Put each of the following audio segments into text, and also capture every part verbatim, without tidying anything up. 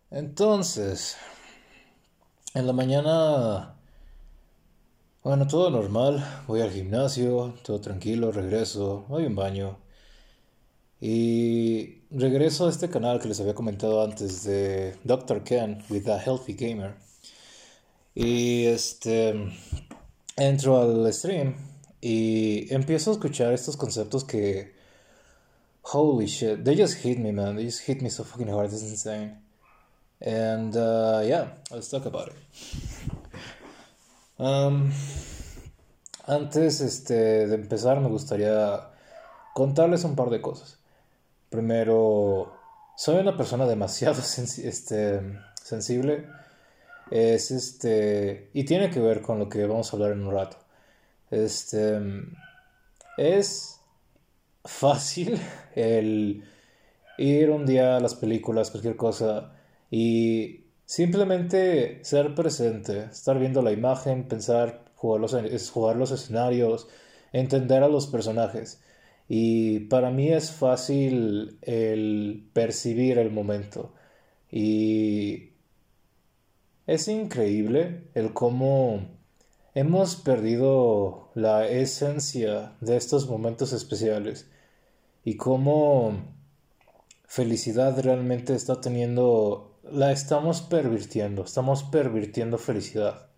Entonces, en la mañana, bueno, todo normal, voy al gimnasio, todo tranquilo, regreso, doy un baño y regreso a este canal que les había comentado antes de doctor Ken with a Healthy Gamer. Y este, entro al stream y empiezo a escuchar estos conceptos que, holy shit, they just hit me, man, they just hit me so fucking hard, it's insane. And uh, yeah, let's talk about it. Um, Antes este, de empezar me gustaría contarles un par de cosas. Primero, soy una persona demasiado sensi- este, sensible. Es este. Y tiene que ver con lo que vamos a hablar en un rato. Este. Es fácil el ir un día a las películas, cualquier cosa, y simplemente ser presente, estar viendo la imagen, pensar, jugar los, es jugar los escenarios, entender a los personajes. Y para mí es fácil el percibir el momento. Y es increíble el cómo hemos perdido la esencia de estos momentos especiales y cómo felicidad realmente está teniendo, la estamos pervirtiendo, estamos pervirtiendo felicidad.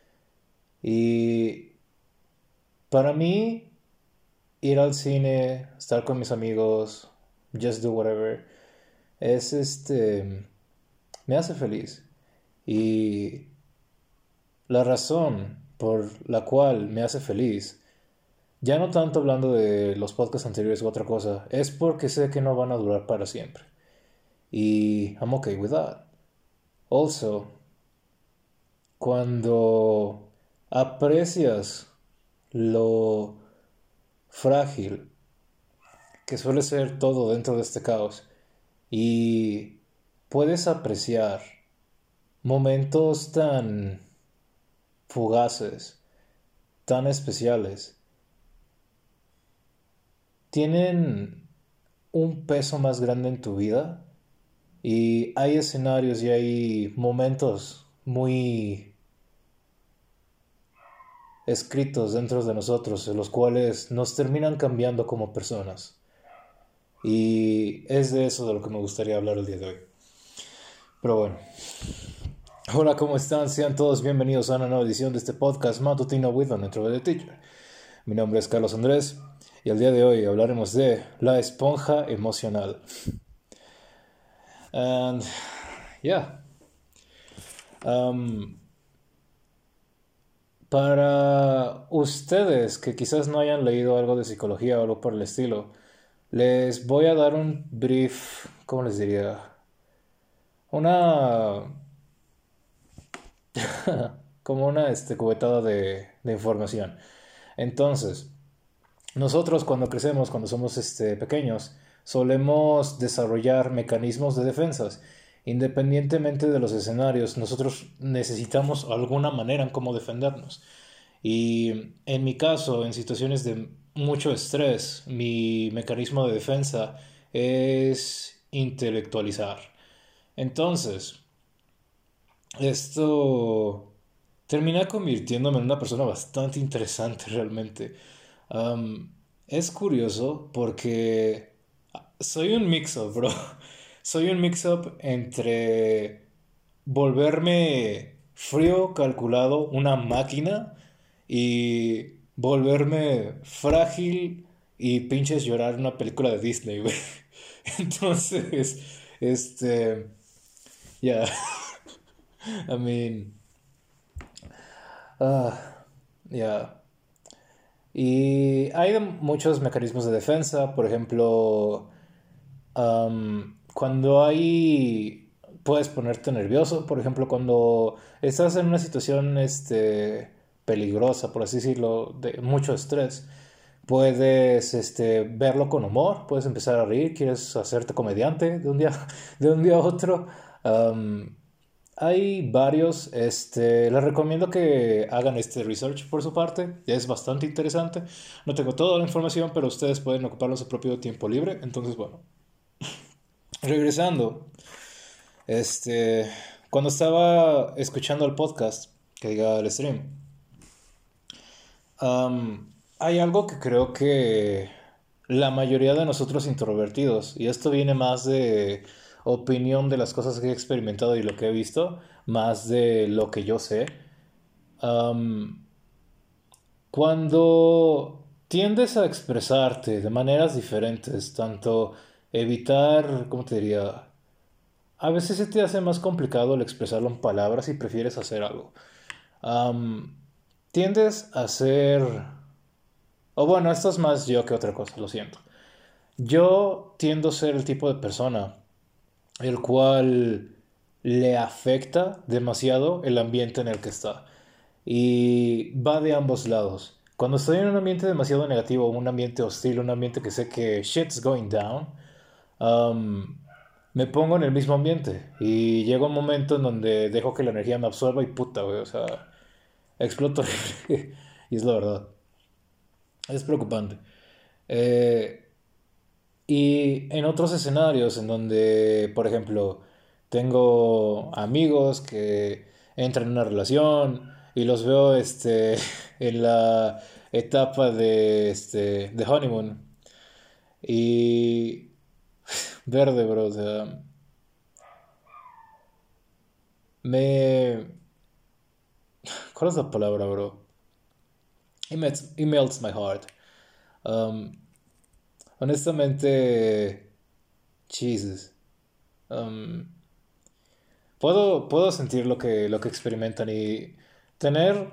Y para mí, ir al cine, estar con mis amigos, just do whatever, es este, me hace feliz. Y la razón por la cual me hace feliz, ya no tanto hablando de los podcasts anteriores u otra cosa, es porque sé que no van a durar para siempre. Y I'm okay with that. Also, cuando aprecias lo frágil que suele ser todo dentro de este caos y puedes apreciar momentos tan fugaces, tan especiales, tienen un peso más grande en tu vida y hay escenarios y hay momentos muy escritos dentro de nosotros, en los cuales nos terminan cambiando como personas. Y es de eso de lo que me gustaría hablar el día de hoy. Pero bueno, hola, ¿cómo están? Sean todos bienvenidos a una nueva edición de este podcast matutino with an Introverted Teacher. Mi nombre es Carlos Andrés y el día de hoy hablaremos de la esponja emocional. And yeah, um, para ustedes que quizás no hayan leído algo de psicología o algo por el estilo, les voy a dar un brief, ¿cómo les diría? Una, como una este, cubetada de, de información. Entonces, nosotros cuando crecemos, cuando somos este, pequeños, solemos desarrollar mecanismos de defensas. Independientemente de los escenarios, nosotros necesitamos alguna manera en cómo defendernos. Y en mi caso, en situaciones de mucho estrés, mi mecanismo de defensa es intelectualizar. Entonces, esto termina convirtiéndome en una persona bastante interesante realmente. Am, es curioso porque soy un mix-up, bro. Soy un mix-up entre volverme frío, calculado, una máquina y volverme frágil y pinches llorar una película de Disney, güey. Entonces, este, ya, I mean, ah, ya. Y hay muchos mecanismos de defensa, por ejemplo, am, cuando hay, puedes ponerte nervioso, por ejemplo, cuando estás en una situación, este, peligrosa, por así decirlo, de mucho estrés, puedes, este, verlo con humor, puedes empezar a reír, quieres hacerte comediante de un día, de un día a otro. Am, Hay varios, este, les recomiendo que hagan este research por su parte, es bastante interesante. No tengo toda la información, pero ustedes pueden ocuparlo en su propio tiempo libre. Entonces, bueno, regresando, Este, cuando estaba escuchando el podcast, que diga el stream, am, hay algo que creo que la mayoría de nosotros introvertidos, y esto viene más de opinión de las cosas que he experimentado y lo que he visto, más de lo que yo sé. am, Cuando tiendes a expresarte de maneras diferentes, tanto evitar, ¿cómo te diría? A veces se te hace más complicado el expresarlo en palabras y prefieres hacer algo. Am, tiendes a ser... O bueno, esto es más yo que otra cosa, lo siento. Yo tiendo a ser el tipo de persona el cual le afecta demasiado el ambiente en el que está. Y va de ambos lados. Cuando estoy en un ambiente demasiado negativo, un ambiente hostil, un ambiente que sé que shit's going down, um, me pongo en el mismo ambiente. Y llega un momento en donde dejo que la energía me absorba y puta, güey, o sea, exploto. Y es la verdad. Es preocupante. Eh, y en otros escenarios en donde, por ejemplo, tengo amigos que entran en una relación y los veo este, en la etapa de, este, de honeymoon. Y verde, bro, o sea, me... ¿Cuál es la palabra, bro? It melts, it melts my heart. Um, honestamente, Jesus. Um, Puedo, puedo sentir lo que, lo que experimentan y tener,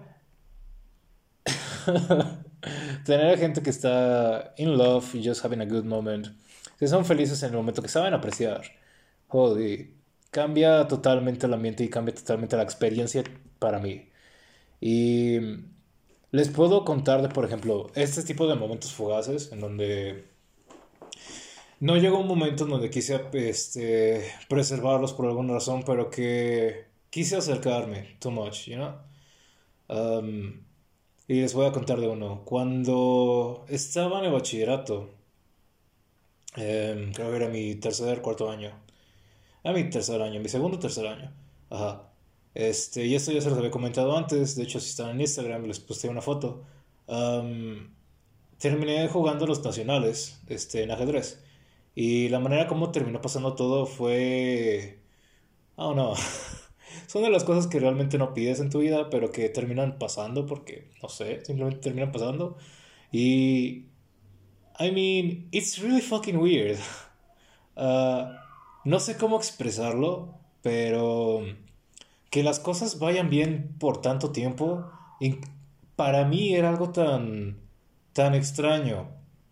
tener gente que está in love y just having a good moment, que son felices en el momento, que saben apreciar. Holy, cambia totalmente el ambiente y cambia totalmente la experiencia para mí. Y les puedo contar de, por ejemplo, este tipo de momentos fugaces en donde no llegó un momento en donde quise este, preservarlos por alguna razón, pero que quise acercarme too much, you know? Um, y les voy a contar de uno. Cuando estaba en el bachillerato, em, creo que era mi tercer, cuarto año. A mi tercer año, mi segundo tercer año. Ajá. Este, y esto ya se los había comentado antes. De hecho, si están en Instagram, les posté una foto. Um, terminé jugando los nacionales, este, en ajedrez. Y la manera como terminó pasando todo fue... Oh no. Son de las cosas que realmente no pides en tu vida, pero que terminan pasando porque, no sé, simplemente terminan pasando. Y... I mean, it's really fucking weird. Ah, no sé cómo expresarlo, pero que las cosas vayan bien por tanto tiempo, in- para mí era algo tan, tan extraño.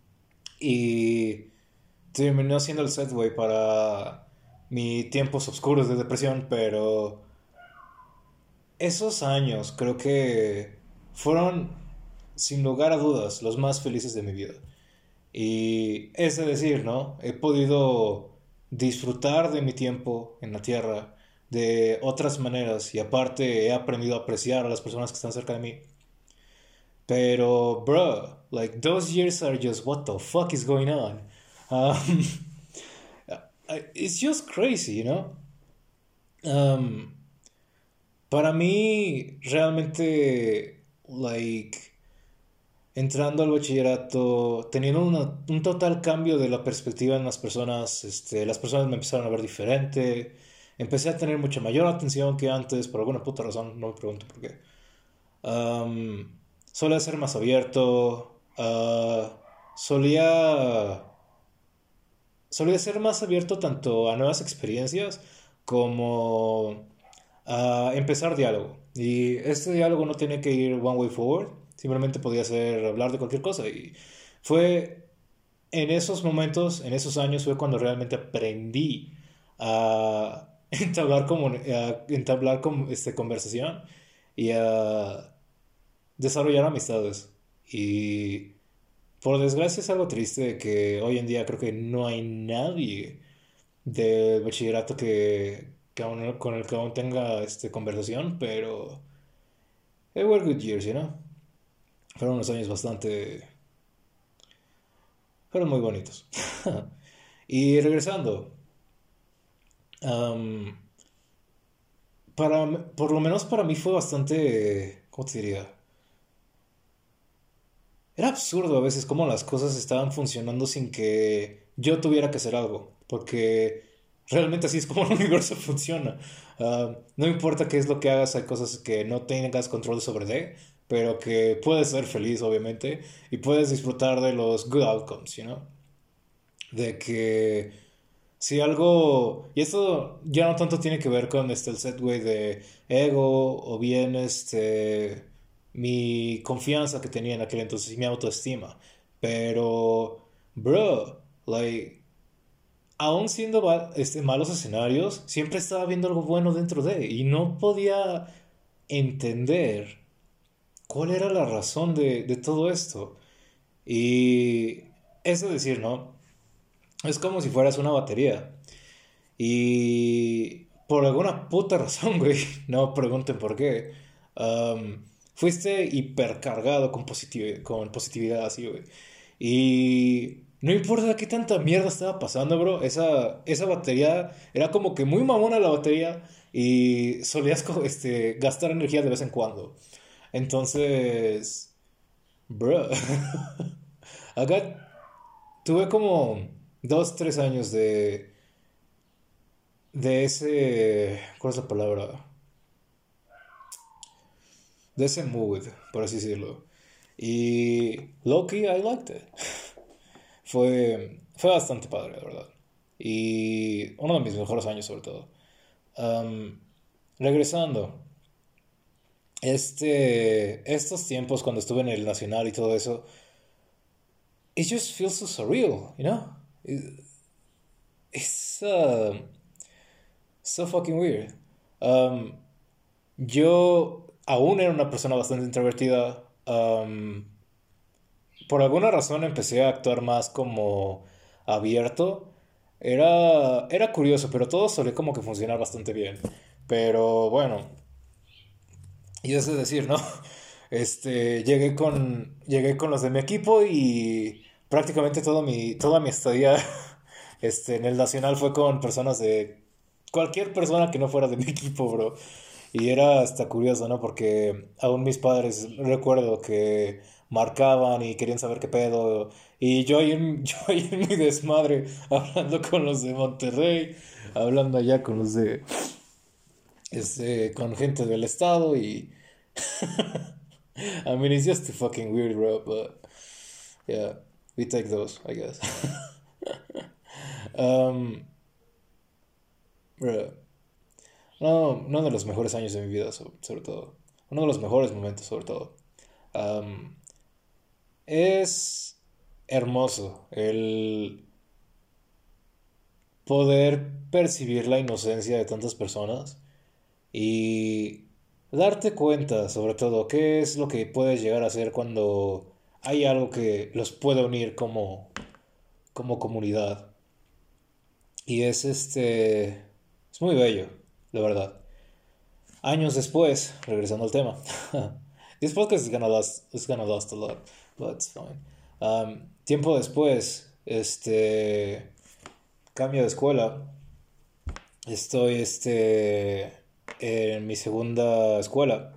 Y terminó siendo el segue para mis tiempos oscuros de depresión, pero esos años creo que fueron, sin lugar a dudas, los más felices de mi vida. Y es de decir, ¿no? He podido disfrutar de mi tiempo en la tierra de otras maneras y aparte he aprendido a apreciar a las personas que están cerca de mí. Pero, bro, like those years are just what the fuck is going on? Um, it's just crazy, you know? Um, para mí, realmente, like, entrando al bachillerato, teniendo una- un total cambio de la perspectiva en las personas, este, las personas me empezaron a ver diferente, empecé a tener mucha mayor atención que antes, por alguna puta razón, no me pregunto por qué. Um, Solía ser más abierto, ah, solía, solía ser más abierto tanto a nuevas experiencias como a empezar diálogo. Y este diálogo no tiene que ir one way forward, simplemente podía ser hablar de cualquier cosa. Y fue en esos momentos, en esos años, fue cuando realmente aprendí a entablar, como, a entablar con, este, conversación y a desarrollar amistades. Y por desgracia es algo triste que hoy en día creo que no hay nadie del bachillerato que, que aún- con el que aún tenga este, conversación, pero they were good years, you know? Fueron unos años bastante... fueron muy bonitos. Y regresando, um, para, por lo menos para mí fue bastante, ¿cómo te diría? Era absurdo a veces cómo las cosas estaban funcionando sin que yo tuviera que hacer algo, porque realmente así es como el universo funciona. Ah, no importa qué es lo que hagas, hay cosas que no tengas control sobre de, pero que puedes ser feliz, obviamente, y puedes disfrutar de los good outcomes, you know? De que si algo, y esto ya no tanto tiene que ver con este el setway de ego o bien este mi confianza que tenía en aquel entonces y mi autoestima, pero bro, like aún siendo va- este, malos escenarios, siempre estaba viendo algo bueno dentro de y no podía entender cuál era la razón de, de todo esto. Y eso decir, ¿no? Es como si fueras una batería. Y por alguna puta razón, güey, no pregunten por qué, am, fuiste hipercargado con, positivi- con positividad así, güey. Y no importa qué tanta mierda estaba pasando, bro, esa, esa batería era como que muy mamona la batería y solías co- este, gastar energía de vez en cuando. Entonces, bro, acá tuve como dos, tres años de de ese, ¿cuál es la palabra? De ese mood, por así decirlo. Y Loki, I liked it. Fue, fue bastante padre, la verdad. Y uno de mis mejores años, sobre todo. Am, regresando, este, estos tiempos cuando estuve en el Nacional y todo eso, it just feels so surreal, you know? It- it's uh, so fucking weird. Um, yo aún era una persona bastante introvertida. am, por alguna razón empecé a actuar más como abierto. Era, era curioso, pero todo solía como que funcionar bastante bien. Pero bueno, y es decir, ¿no? Este, llegué con, llegué con los de mi equipo y prácticamente todo mi, toda mi estadía este, en el Nacional fue con personas de cualquier persona que no fuera de mi equipo, bro. Y era hasta curioso, ¿no? Porque aún mis padres recuerdo que marcaban y querían saber qué pedo. Y yo ahí en, yo ahí en mi desmadre, hablando con los de Monterrey, hablando allá con los de, este, con gente del estado y... I mean, it's just fucking weird, bro, but yeah, we take those, I guess. Um, bro, no, uno de los mejores años de mi vida, so- sobre todo. Uno de los mejores momentos, sobre todo. Um, es hermoso el poder percibir la inocencia de tantas personas y darte cuenta, sobre todo, qué es lo que puedes llegar a hacer cuando hay algo que los puede unir como, como comunidad. Y es este. Es muy bello, la verdad. Años después, regresando al tema. This podcast is gonna last, is gonna last a lot, but it's fine. Um, tiempo después, este. Cambio de escuela. Estoy, este. En mi segunda escuela.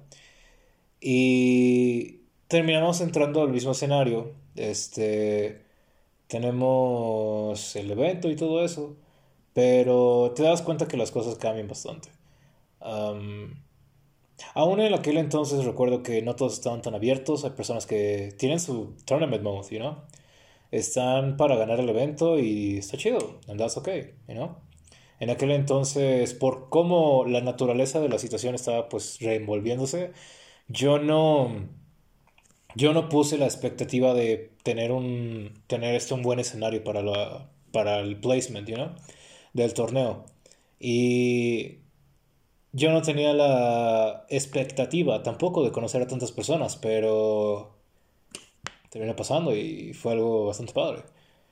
Y terminamos entrando al mismo escenario. Este. Tenemos el evento y todo eso. Pero te das cuenta que las cosas cambian bastante. Am, aún en aquel entonces recuerdo que no todos estaban tan abiertos. Hay personas que tienen su tournament mode, you know. Están para ganar el evento y está chido. And that's okay, you know. En aquel entonces, por cómo la naturaleza de la situación estaba pues reenvolviéndose, yo no, yo no puse la expectativa de tener un, tener este un buen escenario para la, para el placement, you know, del torneo. Y yo no tenía la expectativa tampoco de conocer a tantas personas, pero terminó pasando y fue algo bastante padre.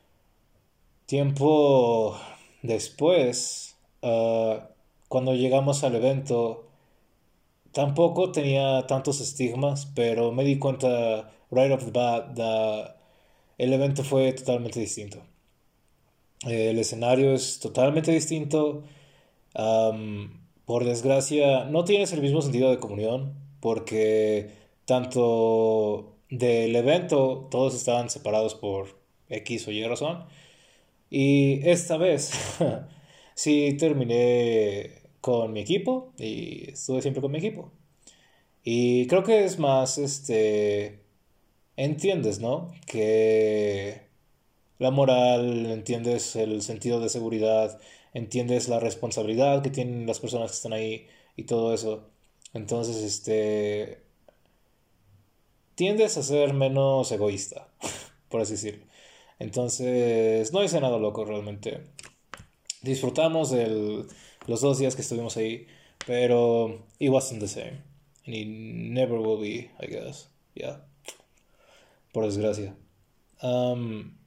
Tiempo después, ah, cuando llegamos al evento, tampoco tenía tantos estigmas, pero me di cuenta right off the bat that el evento fue totalmente distinto. Eh, el escenario es totalmente distinto. Am, por desgracia, no tienes el mismo sentido de comunión, porque tanto del evento todos estaban separados por X o Y razón, y esta vez sí terminé con mi equipo y estuve siempre con mi equipo. Y creo que es más, este, entiendes, ¿no? Que la moral, entiendes el sentido de seguridad, entiendes la responsabilidad que tienen las personas que están ahí y todo eso. Entonces, este, tiendes a ser menos egoísta, por así decirlo. Entonces, no hice nada loco realmente. Disfrutamos de los dos días que estuvimos ahí, pero it wasn't the same. And it never will be, I guess. Yeah, por desgracia. Um,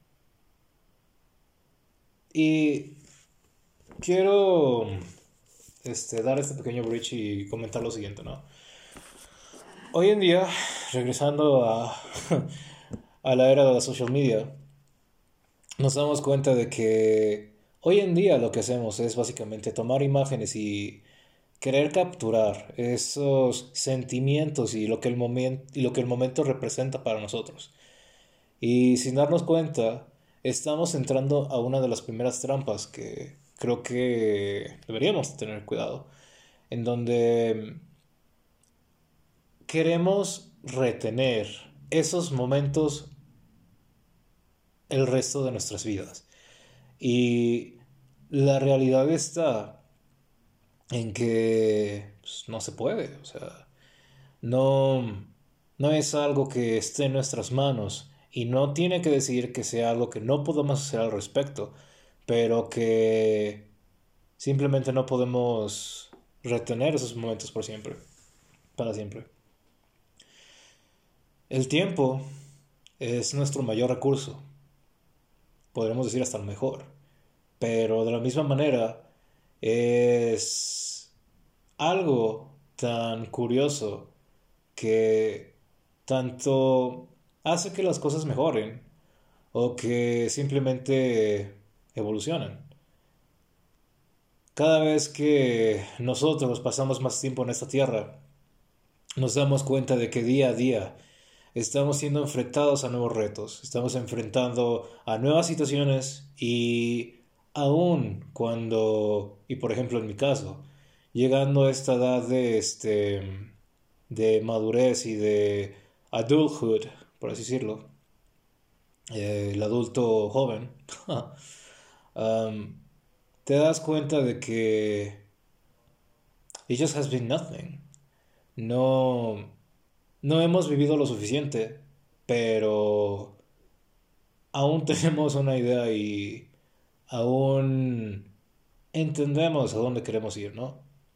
y quiero este, dar este pequeño bridge y comentar lo siguiente, ¿no? Hoy en día, regresando a, a la era de la social media, nos damos cuenta de que hoy en día lo que hacemos es básicamente tomar imágenes y querer capturar esos sentimientos y lo que el momento y lo que el momento representa para nosotros. Y sin darnos cuenta, estamos entrando a una de las primeras trampas que creo que deberíamos tener cuidado, en donde queremos retener esos momentos el resto de nuestras vidas. Y la realidad está en que pues, no se puede, o sea, no, no es algo que esté en nuestras manos y no tiene que decir que sea algo que no podemos hacer al respecto, pero que simplemente no podemos retener esos momentos por siempre, para siempre. El tiempo es nuestro mayor recurso, podremos decir hasta el mejor, pero de la misma manera es algo tan curioso que tanto hace que las cosas mejoren o que simplemente evolucionen. Cada vez que nosotros pasamos más tiempo en esta tierra, nos damos cuenta de que día a día estamos siendo enfrentados a nuevos retos, estamos enfrentando a nuevas situaciones y aún cuando, y por ejemplo en mi caso, llegando a esta edad de, este, de madurez y de adulthood, por así decirlo, eh, el adulto joven, um, te das cuenta de que it just has been nothing. No, no hemos vivido lo suficiente, pero aún tenemos una idea y aún entendemos a dónde queremos ir, ¿no?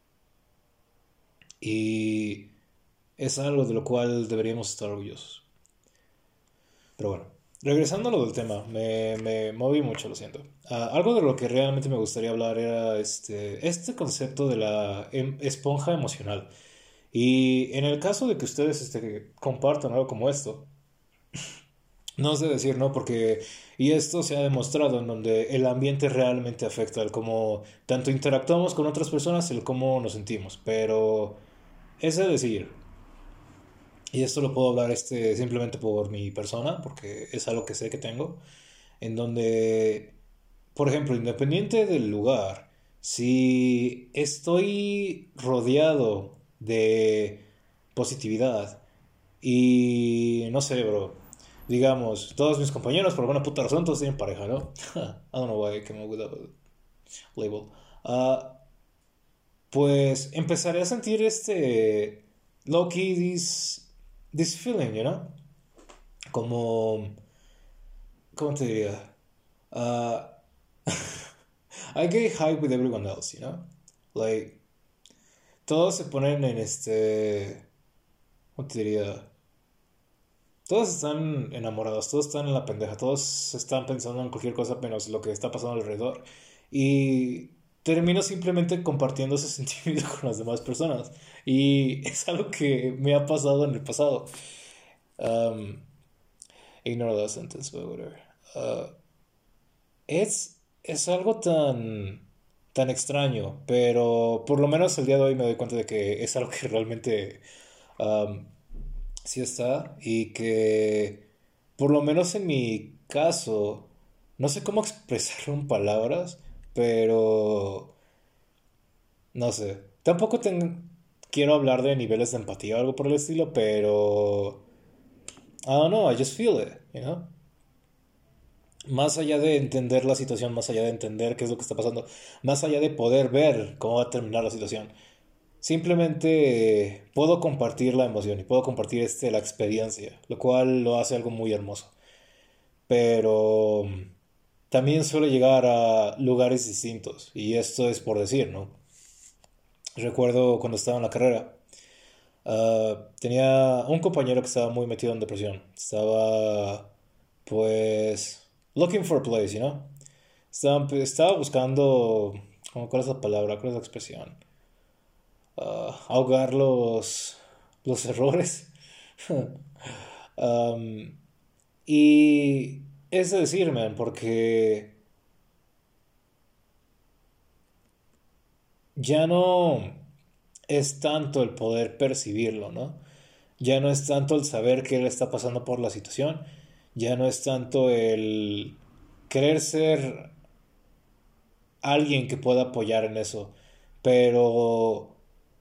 Y es algo de lo cual deberíamos estar orgullosos. Pero bueno, regresando a lo del tema, me, me moví mucho, lo siento. Ah, algo de lo que realmente me gustaría hablar era este, este concepto de la em- esponja emocional. Y en el caso de que ustedes este, compartan algo como esto, no sé decir, ¿no? Porque, y esto se ha demostrado en donde el ambiente realmente afecta el cómo tanto interactuamos con otras personas, el cómo nos sentimos. Pero, es de decir, y esto lo puedo hablar este, simplemente por mi persona, porque es algo que sé que tengo, en donde, por ejemplo, independiente del lugar, si estoy rodeado de positividad y no sé, bro, digamos, todos mis compañeros, por alguna puta razón, todos tienen pareja, ¿no? I don't know why I came up with that label. Ah, pues empezaré a sentir este low-key this, this feeling, you know? Como, ¿cómo te diría? Uh, I get hype with everyone else, you know? Like, todos se ponen en este, ¿cómo te diría? Todos están enamorados, todos están en la pendeja, todos están pensando en cualquier cosa menos lo que está pasando alrededor. Y termino simplemente compartiendo ese sentimiento con las demás personas. Y es algo que me ha pasado en el pasado. Um, Ignore that sentence, but whatever. Uh, es, es algo tan, tan extraño, pero por lo menos el día de hoy me doy cuenta de que es algo que realmente um, sí está y que por lo menos en mi caso, no sé cómo expresarlo en palabras, pero no sé. Tampoco ten- quiero hablar de niveles de empatía o algo por el estilo, pero I don't know, I just feel it, you know? Más allá de entender la situación, más allá de entender qué es lo que está pasando, más allá de poder ver cómo va a terminar la situación, simplemente eh, puedo compartir la emoción y puedo compartir este, la experiencia, lo cual lo hace algo muy hermoso. Pero mm, también suele llegar a lugares distintos, y esto es por decir, ¿no? Recuerdo cuando estaba en la carrera, ah, tenía un compañero que estaba muy metido en depresión. Estaba, pues, looking for a place, you know? Estaba, estaba buscando, ¿cómo- ¿cuál es la palabra? ¿Cuál es la expresión? Ah, ahogar los, los errores. Am, y es decir, man, porque ya no es tanto el poder percibirlo, ¿no? Ya no es tanto el saber que él está pasando por la situación, ya no es tanto el querer ser alguien que pueda apoyar en eso, pero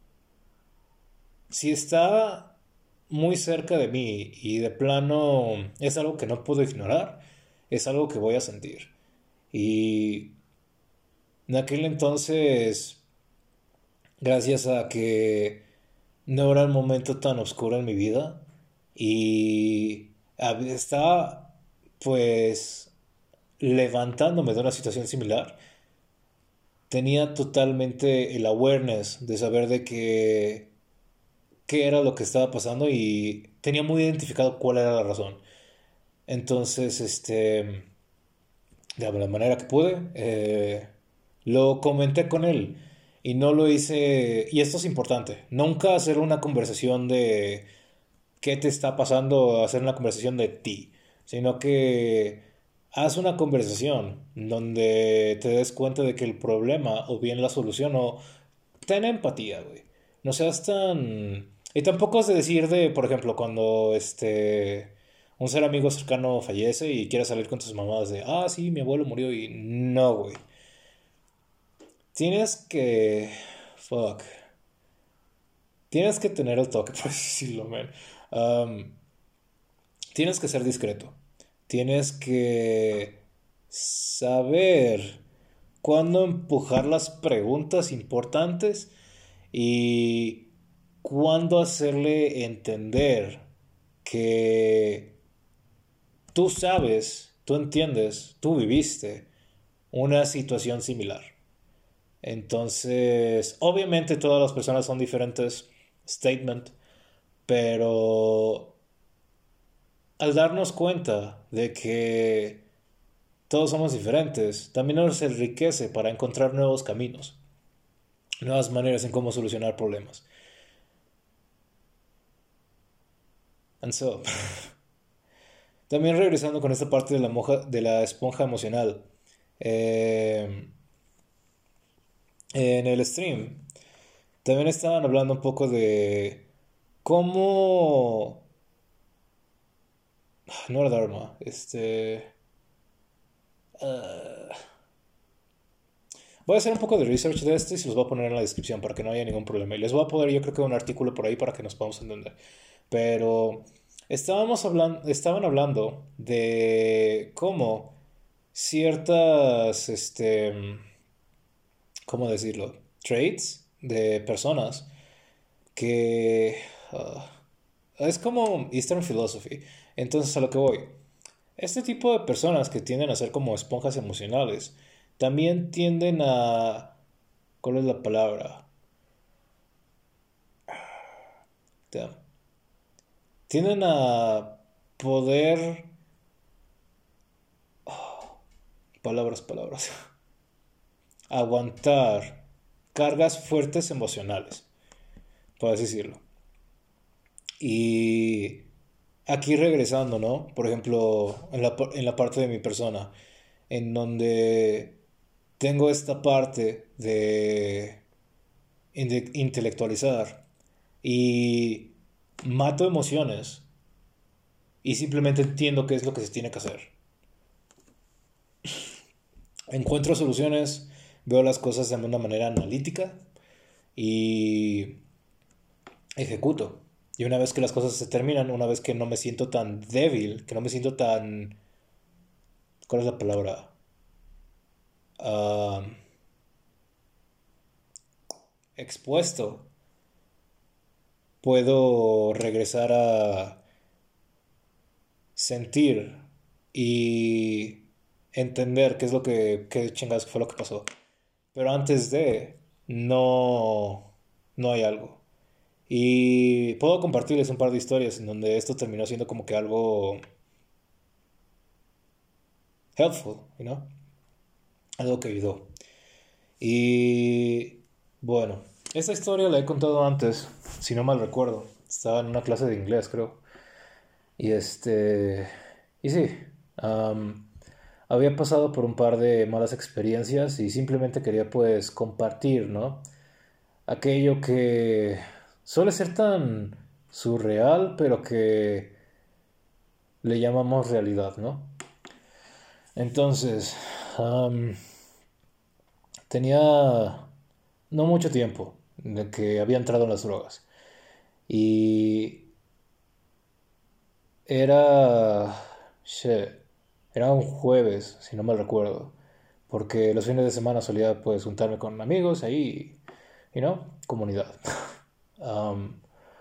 si está muy cerca de mí y de plano es algo que no puedo ignorar, es algo que voy a sentir. Y en aquel entonces, gracias a que no era el momento tan oscuro en mi vida y hab- estaba pues levantándome de una situación similar, tenía totalmente el awareness de saber de que qué era lo que estaba pasando y tenía muy identificado cuál era la razón. Entonces, este, de la manera que pude, eh, lo comenté con él y no lo hice, y esto es importante, nunca hacer una conversación de qué te está pasando, hacer una conversación de ti, sino que haz una conversación donde te des cuenta de que el problema o bien la solución o ten empatía, güey. No seas tan... Y tampoco es de decir de, por ejemplo, cuando este un ser amigo cercano fallece y quieres salir con tus mamadas de, ah, sí, mi abuelo murió y no, güey. Tienes que... Fuck. Tienes que tener el toque, por así decirlo, man. Um, tienes que ser discreto. Tienes que saber cuándo empujar las preguntas importantes y cuándo hacerle entender que tú sabes, tú entiendes, tú viviste una situación similar. Entonces, obviamente todas las personas son diferentes, statement, pero al darnos cuenta de que todos somos diferentes, también nos enriquece para encontrar nuevos caminos, nuevas maneras en cómo solucionar problemas. And so, también regresando con esta parte de la, moja, de la esponja emocional, eh, en el stream también estaban hablando un poco de cómo... No era Dharma, este... Uh, voy a hacer un poco de research de esto y se los voy a poner en la descripción para que no haya ningún problema. Y les voy a poner yo creo que un artículo por ahí para que nos podamos entender. Pero estábamos hablando, estaban hablando de cómo ciertas, este, ¿cómo decirlo? Traits de personas que uh, es como Eastern Philosophy. Entonces a lo que voy. Este tipo de personas que tienden a ser como esponjas emocionales también tienden a... ¿Cuál es la palabra? Damn. Tienden a poder... Palabras, palabras. Aguantar cargas fuertes emocionales, por así decirlo. Y aquí regresando, ¿no? Por ejemplo, en la, en la parte de mi persona, en donde tengo esta parte de inte- intelectualizar y mato emociones y simplemente entiendo qué es lo que se tiene que hacer. Encuentro soluciones, veo las cosas de una manera analítica y ejecuto. Y una vez que las cosas se terminan, una vez que no me siento tan débil, que no me siento tan... ¿Cuál es la palabra? Ah, expuesto, puedo regresar a sentir y entender qué es lo que, qué chingados fue lo que pasó. Pero antes de, no, no hay algo. Y puedo compartirles un par de historias en donde esto terminó siendo como que algo helpful, you know? Algo que ayudó. Y bueno, esta historia la he contado antes, si no mal recuerdo. Estaba en una clase de inglés, creo. Y este... Y sí, am, había pasado por un par de malas experiencias y simplemente quería pues compartir, ¿no? Aquello que suele ser tan surreal, pero que le llamamos realidad, ¿no? Entonces, am, tenía no mucho tiempo de que había entrado en las drogas. Y era... Shit, era un jueves, si no me recuerdo. Porque los fines de semana solía pues juntarme con amigos ahí, y no, comunidad. Um,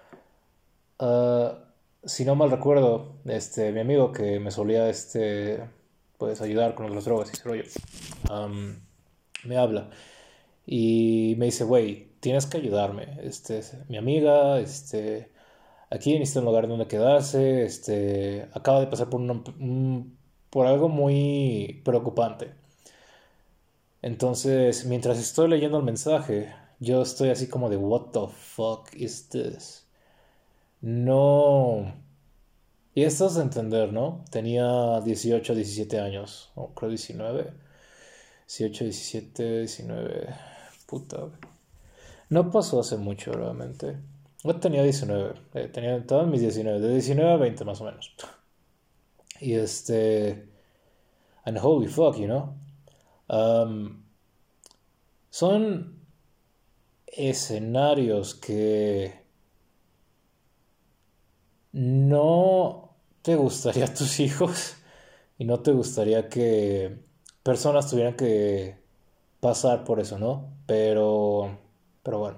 ah, si no mal recuerdo, este, mi amigo que me solía este, pues ayudar con las drogas y ese rollo, um, me habla y me dice, güey, tienes que ayudarme. Este, mi amiga, este, aquí necesita un lugar donde quedarse, este, acaba de pasar por, una- un- por algo muy preocupante. Entonces, mientras estoy leyendo el mensaje, yo estoy así como de, what the fuck is this? No. Y esto es de entender, ¿no? Tenía dieciocho, diecisiete años, o creo diecinueve. dieciocho, diecisiete, diecinueve. Puta. No pasó hace mucho, realmente. Yo tenía diecinueve. Eh, tenía todos mis diecinueve. De diecinueve a veinte más o menos. Y este... And holy fuck, you know. Um, son escenarios que no te gustaría a tus hijos y no te gustaría que personas tuvieran que pasar por eso, ¿no? Pero, pero bueno.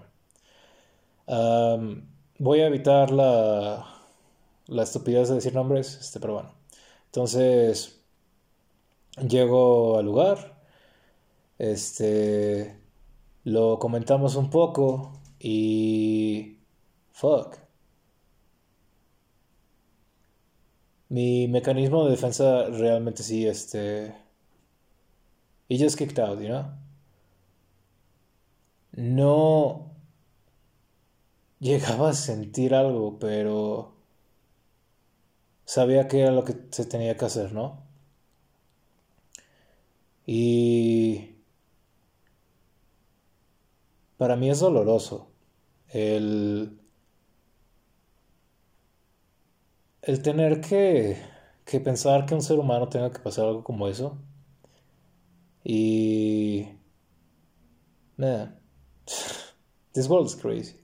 Am, voy a evitar la, la estupidez de decir nombres, este, pero bueno. Entonces, llego al lugar, este, lo comentamos un poco y... Fuck. Mi mecanismo de defensa realmente sí, este... He just kicked out, you know? No llegaba a sentir algo, pero sabía que era lo que se tenía que hacer, ¿no? Y para mí es doloroso el, el tener que, que pensar que un ser humano tenga que pasar algo como eso. Y... Man, this world is crazy.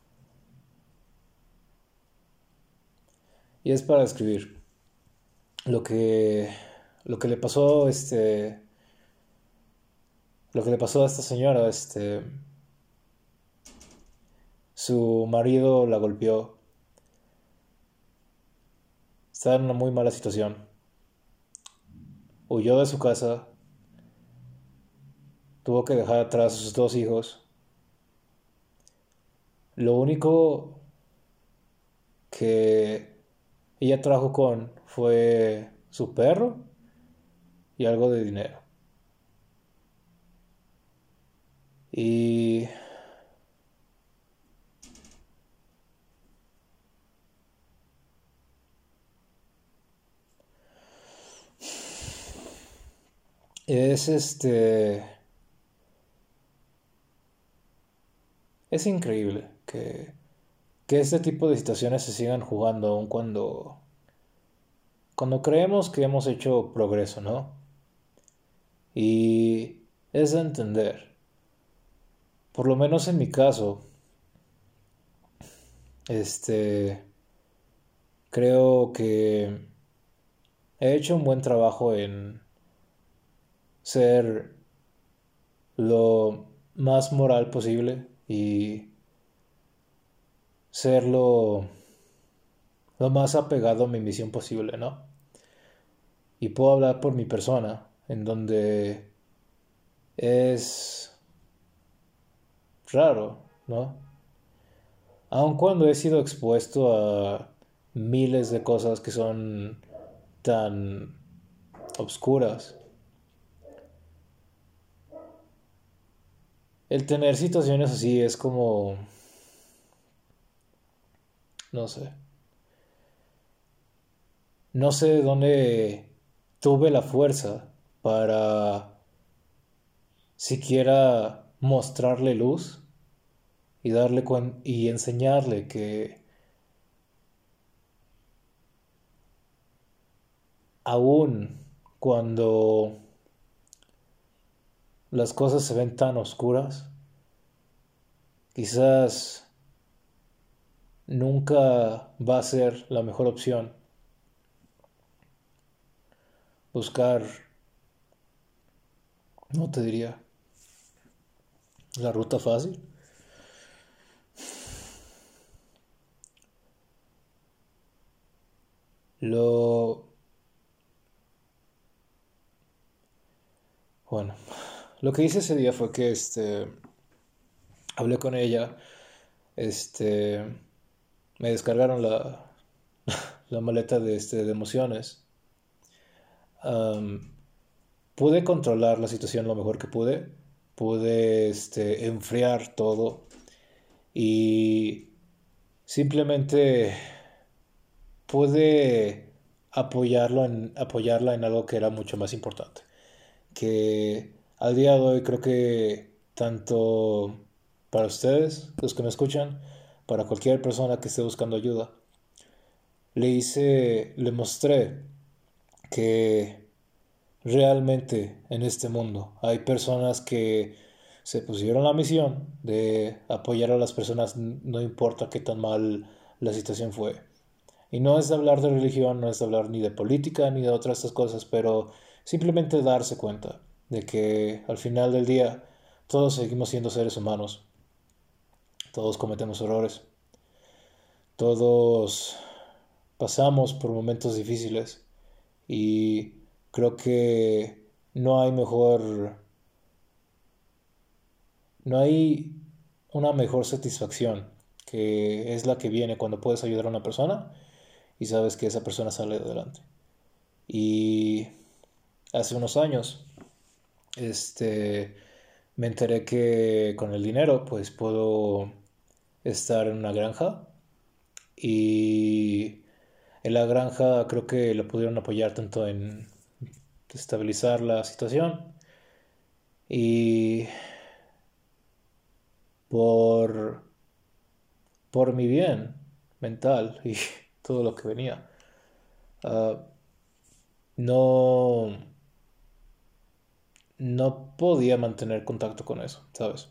Y es para escribir lo que, lo que le pasó, este, lo que le pasó a esta señora, este, su marido la golpeó, estaba en una muy mala situación, huyó de su casa, tuvo que dejar atrás a sus dos hijos. Lo único que ella trajo con fue su perro y algo de dinero. Y es este... es increíble que, que este tipo de situaciones se sigan jugando aun cuando, cuando creemos que hemos hecho progreso, ¿no? Y es de entender, por lo menos en mi caso, este, creo que he hecho un buen trabajo en ser lo más moral posible y ser lo, lo más apegado a mi misión posible, ¿no? Y puedo hablar por mi persona, en donde es raro, ¿no? Aun cuando he sido expuesto a miles de cosas que son tan obscuras, el tener situaciones así es como, no sé, no sé de dónde tuve la fuerza para siquiera mostrarle luz y darle cuen- y enseñarle que aún cuando las cosas se ven tan oscuras, quizás nunca va a ser la mejor opción buscar, no te diría, la ruta fácil. Lo, bueno, lo que hice ese día fue que este, hablé con ella, este, me descargaron la, la maleta de, este, de emociones. Am, pude controlar la situación lo mejor que pude. Pude este, enfriar todo y simplemente pude apoyarlo en, apoyarla en algo que era mucho más importante. Que al día de hoy creo que tanto para ustedes, los que me escuchan, para cualquier persona que esté buscando ayuda, le hice, le mostré que realmente en este mundo hay personas que se pusieron la misión de apoyar a las personas, no importa qué tan mal la situación fue. Y no es de hablar de religión, no es de hablar ni de política ni de otras estas cosas, pero simplemente darse cuenta de que al final del día todos seguimos siendo seres humanos, todos cometemos errores, todos pasamos por momentos difíciles y creo que no hay mejor, no hay una mejor satisfacción que es la que viene cuando puedes ayudar a una persona y sabes que esa persona sale adelante. Y hace unos años, este, me enteré que con el dinero, pues puedo estar en una granja y en la granja creo que lo pudieron apoyar tanto en estabilizar la situación y por, por mi bien mental y todo lo que venía. Uh, no, no podía mantener contacto con eso, ¿sabes?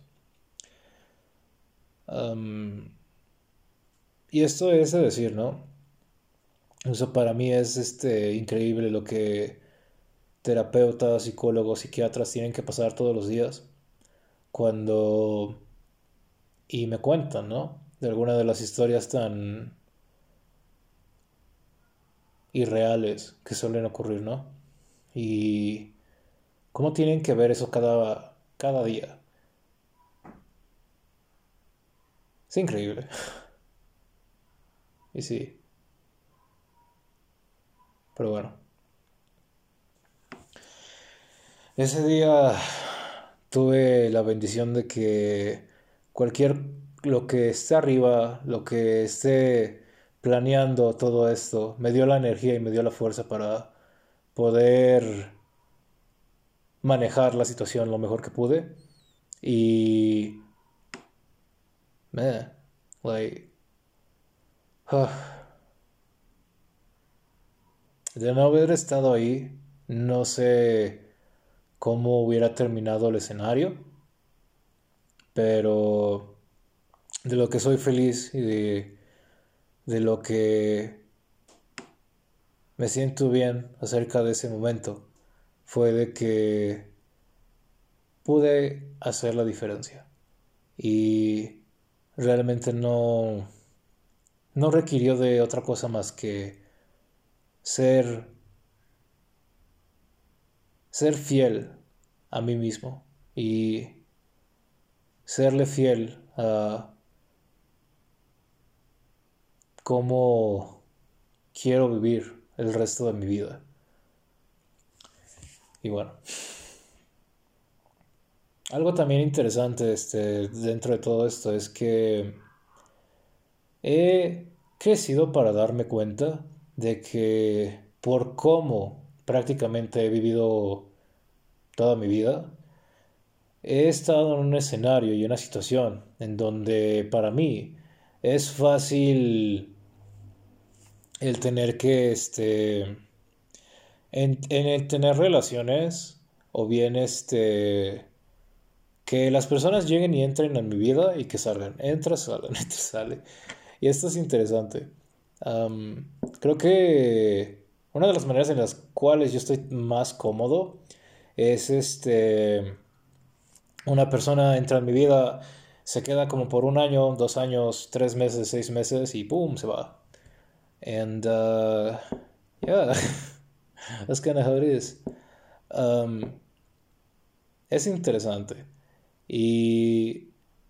Um, y esto es de decir, ¿no? Eso para mí es este, increíble lo que terapeutas, psicólogos, psiquiatras tienen que pasar todos los días cuando... Y me cuentan, ¿no? De alguna de las historias tan irreales que suelen ocurrir, ¿no? Y cómo tienen que ver eso cada, cada día. Es increíble. Y sí, pero bueno. Ese día tuve la bendición de que cualquier, lo que esté arriba, lo que esté planeando todo esto, me dio la energía y me dio la fuerza para poder manejar la situación lo mejor que pude y man, like, uh, de no haber estado ahí, no sé cómo hubiera terminado el escenario, pero de lo que soy feliz y de, de lo que me siento bien acerca de ese momento fue de que pude hacer la diferencia y realmente no, no requirió de otra cosa más que ser, ser fiel a mí mismo y serle fiel a cómo quiero vivir el resto de mi vida. Y bueno, algo también interesante este, dentro de todo esto es que he crecido para darme cuenta de que por cómo prácticamente he vivido toda mi vida, he estado en un escenario y una situación en donde para mí es fácil el tener que, este, en, en el tener relaciones o bien, este, que las personas lleguen y entren en mi vida y que salgan, entra, salen, entra, sale. Y esto es interesante. Am, creo que una de las maneras en las cuales yo estoy más cómodo es este una persona entra en mi vida, se queda como por un año, dos años, tres meses, seis meses y ¡pum! Se va. And uh, yeah, that's kind of how it is. Um, es interesante. Y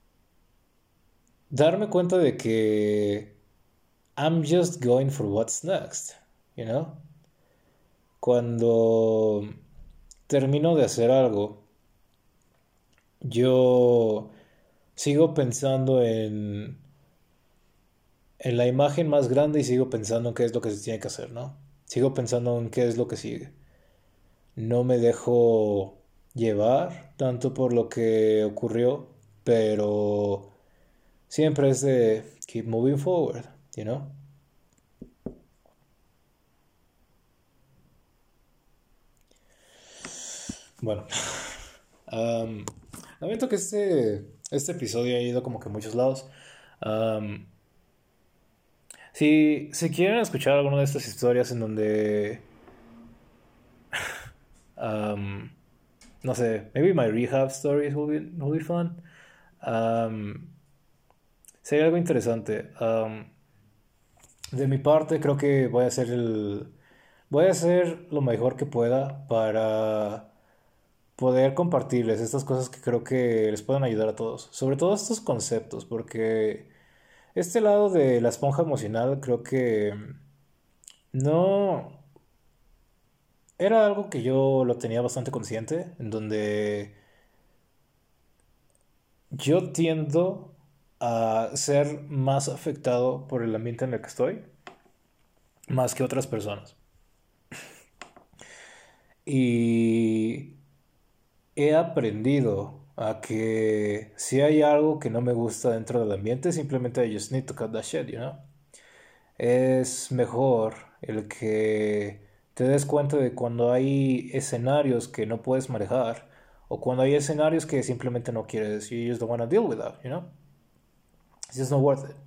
darme cuenta de que I'm just going for what's next, you know? Cuando termino de hacer algo, yo sigo pensando en en la imagen más grande y sigo pensando en qué es lo que se tiene que hacer, ¿no? Sigo pensando en qué es lo que sigue. No me dejo llevar tanto por lo que ocurrió, pero siempre es de keep moving forward, you know? Bueno, um, lamento que este, este episodio ha ido como que a muchos lados. Um, si, si quieren escuchar alguna de estas historias en donde um, no sé, maybe my rehab stories will be, will be fun. Um, sería algo interesante. Um, de mi parte, creo que voy a hacer el, voy a hacer lo mejor que pueda para poder compartirles estas cosas que creo que les pueden ayudar a todos. Sobre todo estos conceptos, porque este lado de la esponja emocional creo que no era algo que yo lo tenía bastante consciente, en donde yo tiendo a ser más afectado por el ambiente en el que estoy, más que otras personas. Y he aprendido a que si hay algo que no me gusta dentro del ambiente, simplemente I just need to cut that shit, you know? Es mejor el que te des cuenta de cuando hay escenarios que no puedes manejar o cuando hay escenarios que simplemente no quieres, you just don't want to deal with that, you know? It's just not worth it.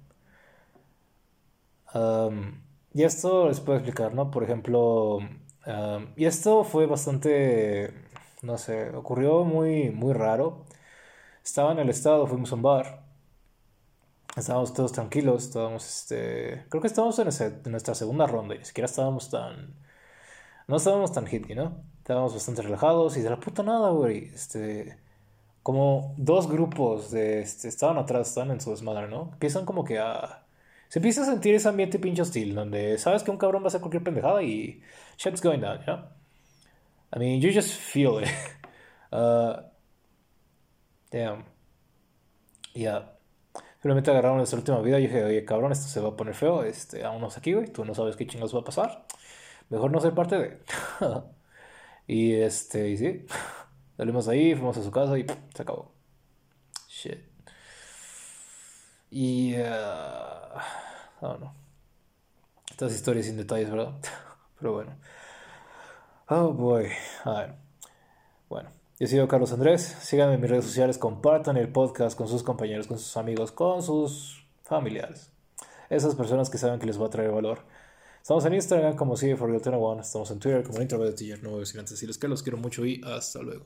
Um, y esto les puedo explicar, ¿no? Por ejemplo, um, y esto fue bastante, no sé, ocurrió muy, muy raro. Estaba en el estado, fuimos a un bar, estábamos todos tranquilos, estábamos, este, creo que estábamos en, ese- en nuestra segunda ronda y ni siquiera estábamos tan, no estábamos tan hippie, ¿no? Estábamos bastante relajados y de la puta nada, güey, este, como dos grupos de, este, estaban atrás, estaban en su desmadre, ¿no? Empiezan como que a... Se empieza a sentir ese ambiente pinche hostil, donde sabes que un cabrón va a hacer cualquier pendejada y shit's going down, ¿no? I mean, you just feel it. Uh, damn. Yeah. Finalmente agarraron nuestra última vida y dije, oye, cabrón, esto se va a poner feo, este, vámonos aquí, güey, tú no sabes qué chingados va a pasar. Mejor no ser parte de... y este, y sí, salimos ahí, fuimos a su casa y pff, se acabó. Shit. Y... Uh, no, no. Estas historias sin detalles, ¿verdad? Pero bueno. Oh, boy. A ver. Bueno. Yo he sido Carlos Andrés. Síganme en mis redes sociales. Compartan el podcast con sus compañeros, con sus amigos, con sus familiares. Esas personas que saben que les va a traer valor. Estamos en Instagram como C for Real uno. Estamos en Twitter como Introvert de Tiller. No voy a decir antes decirles que los quiero mucho y hasta luego.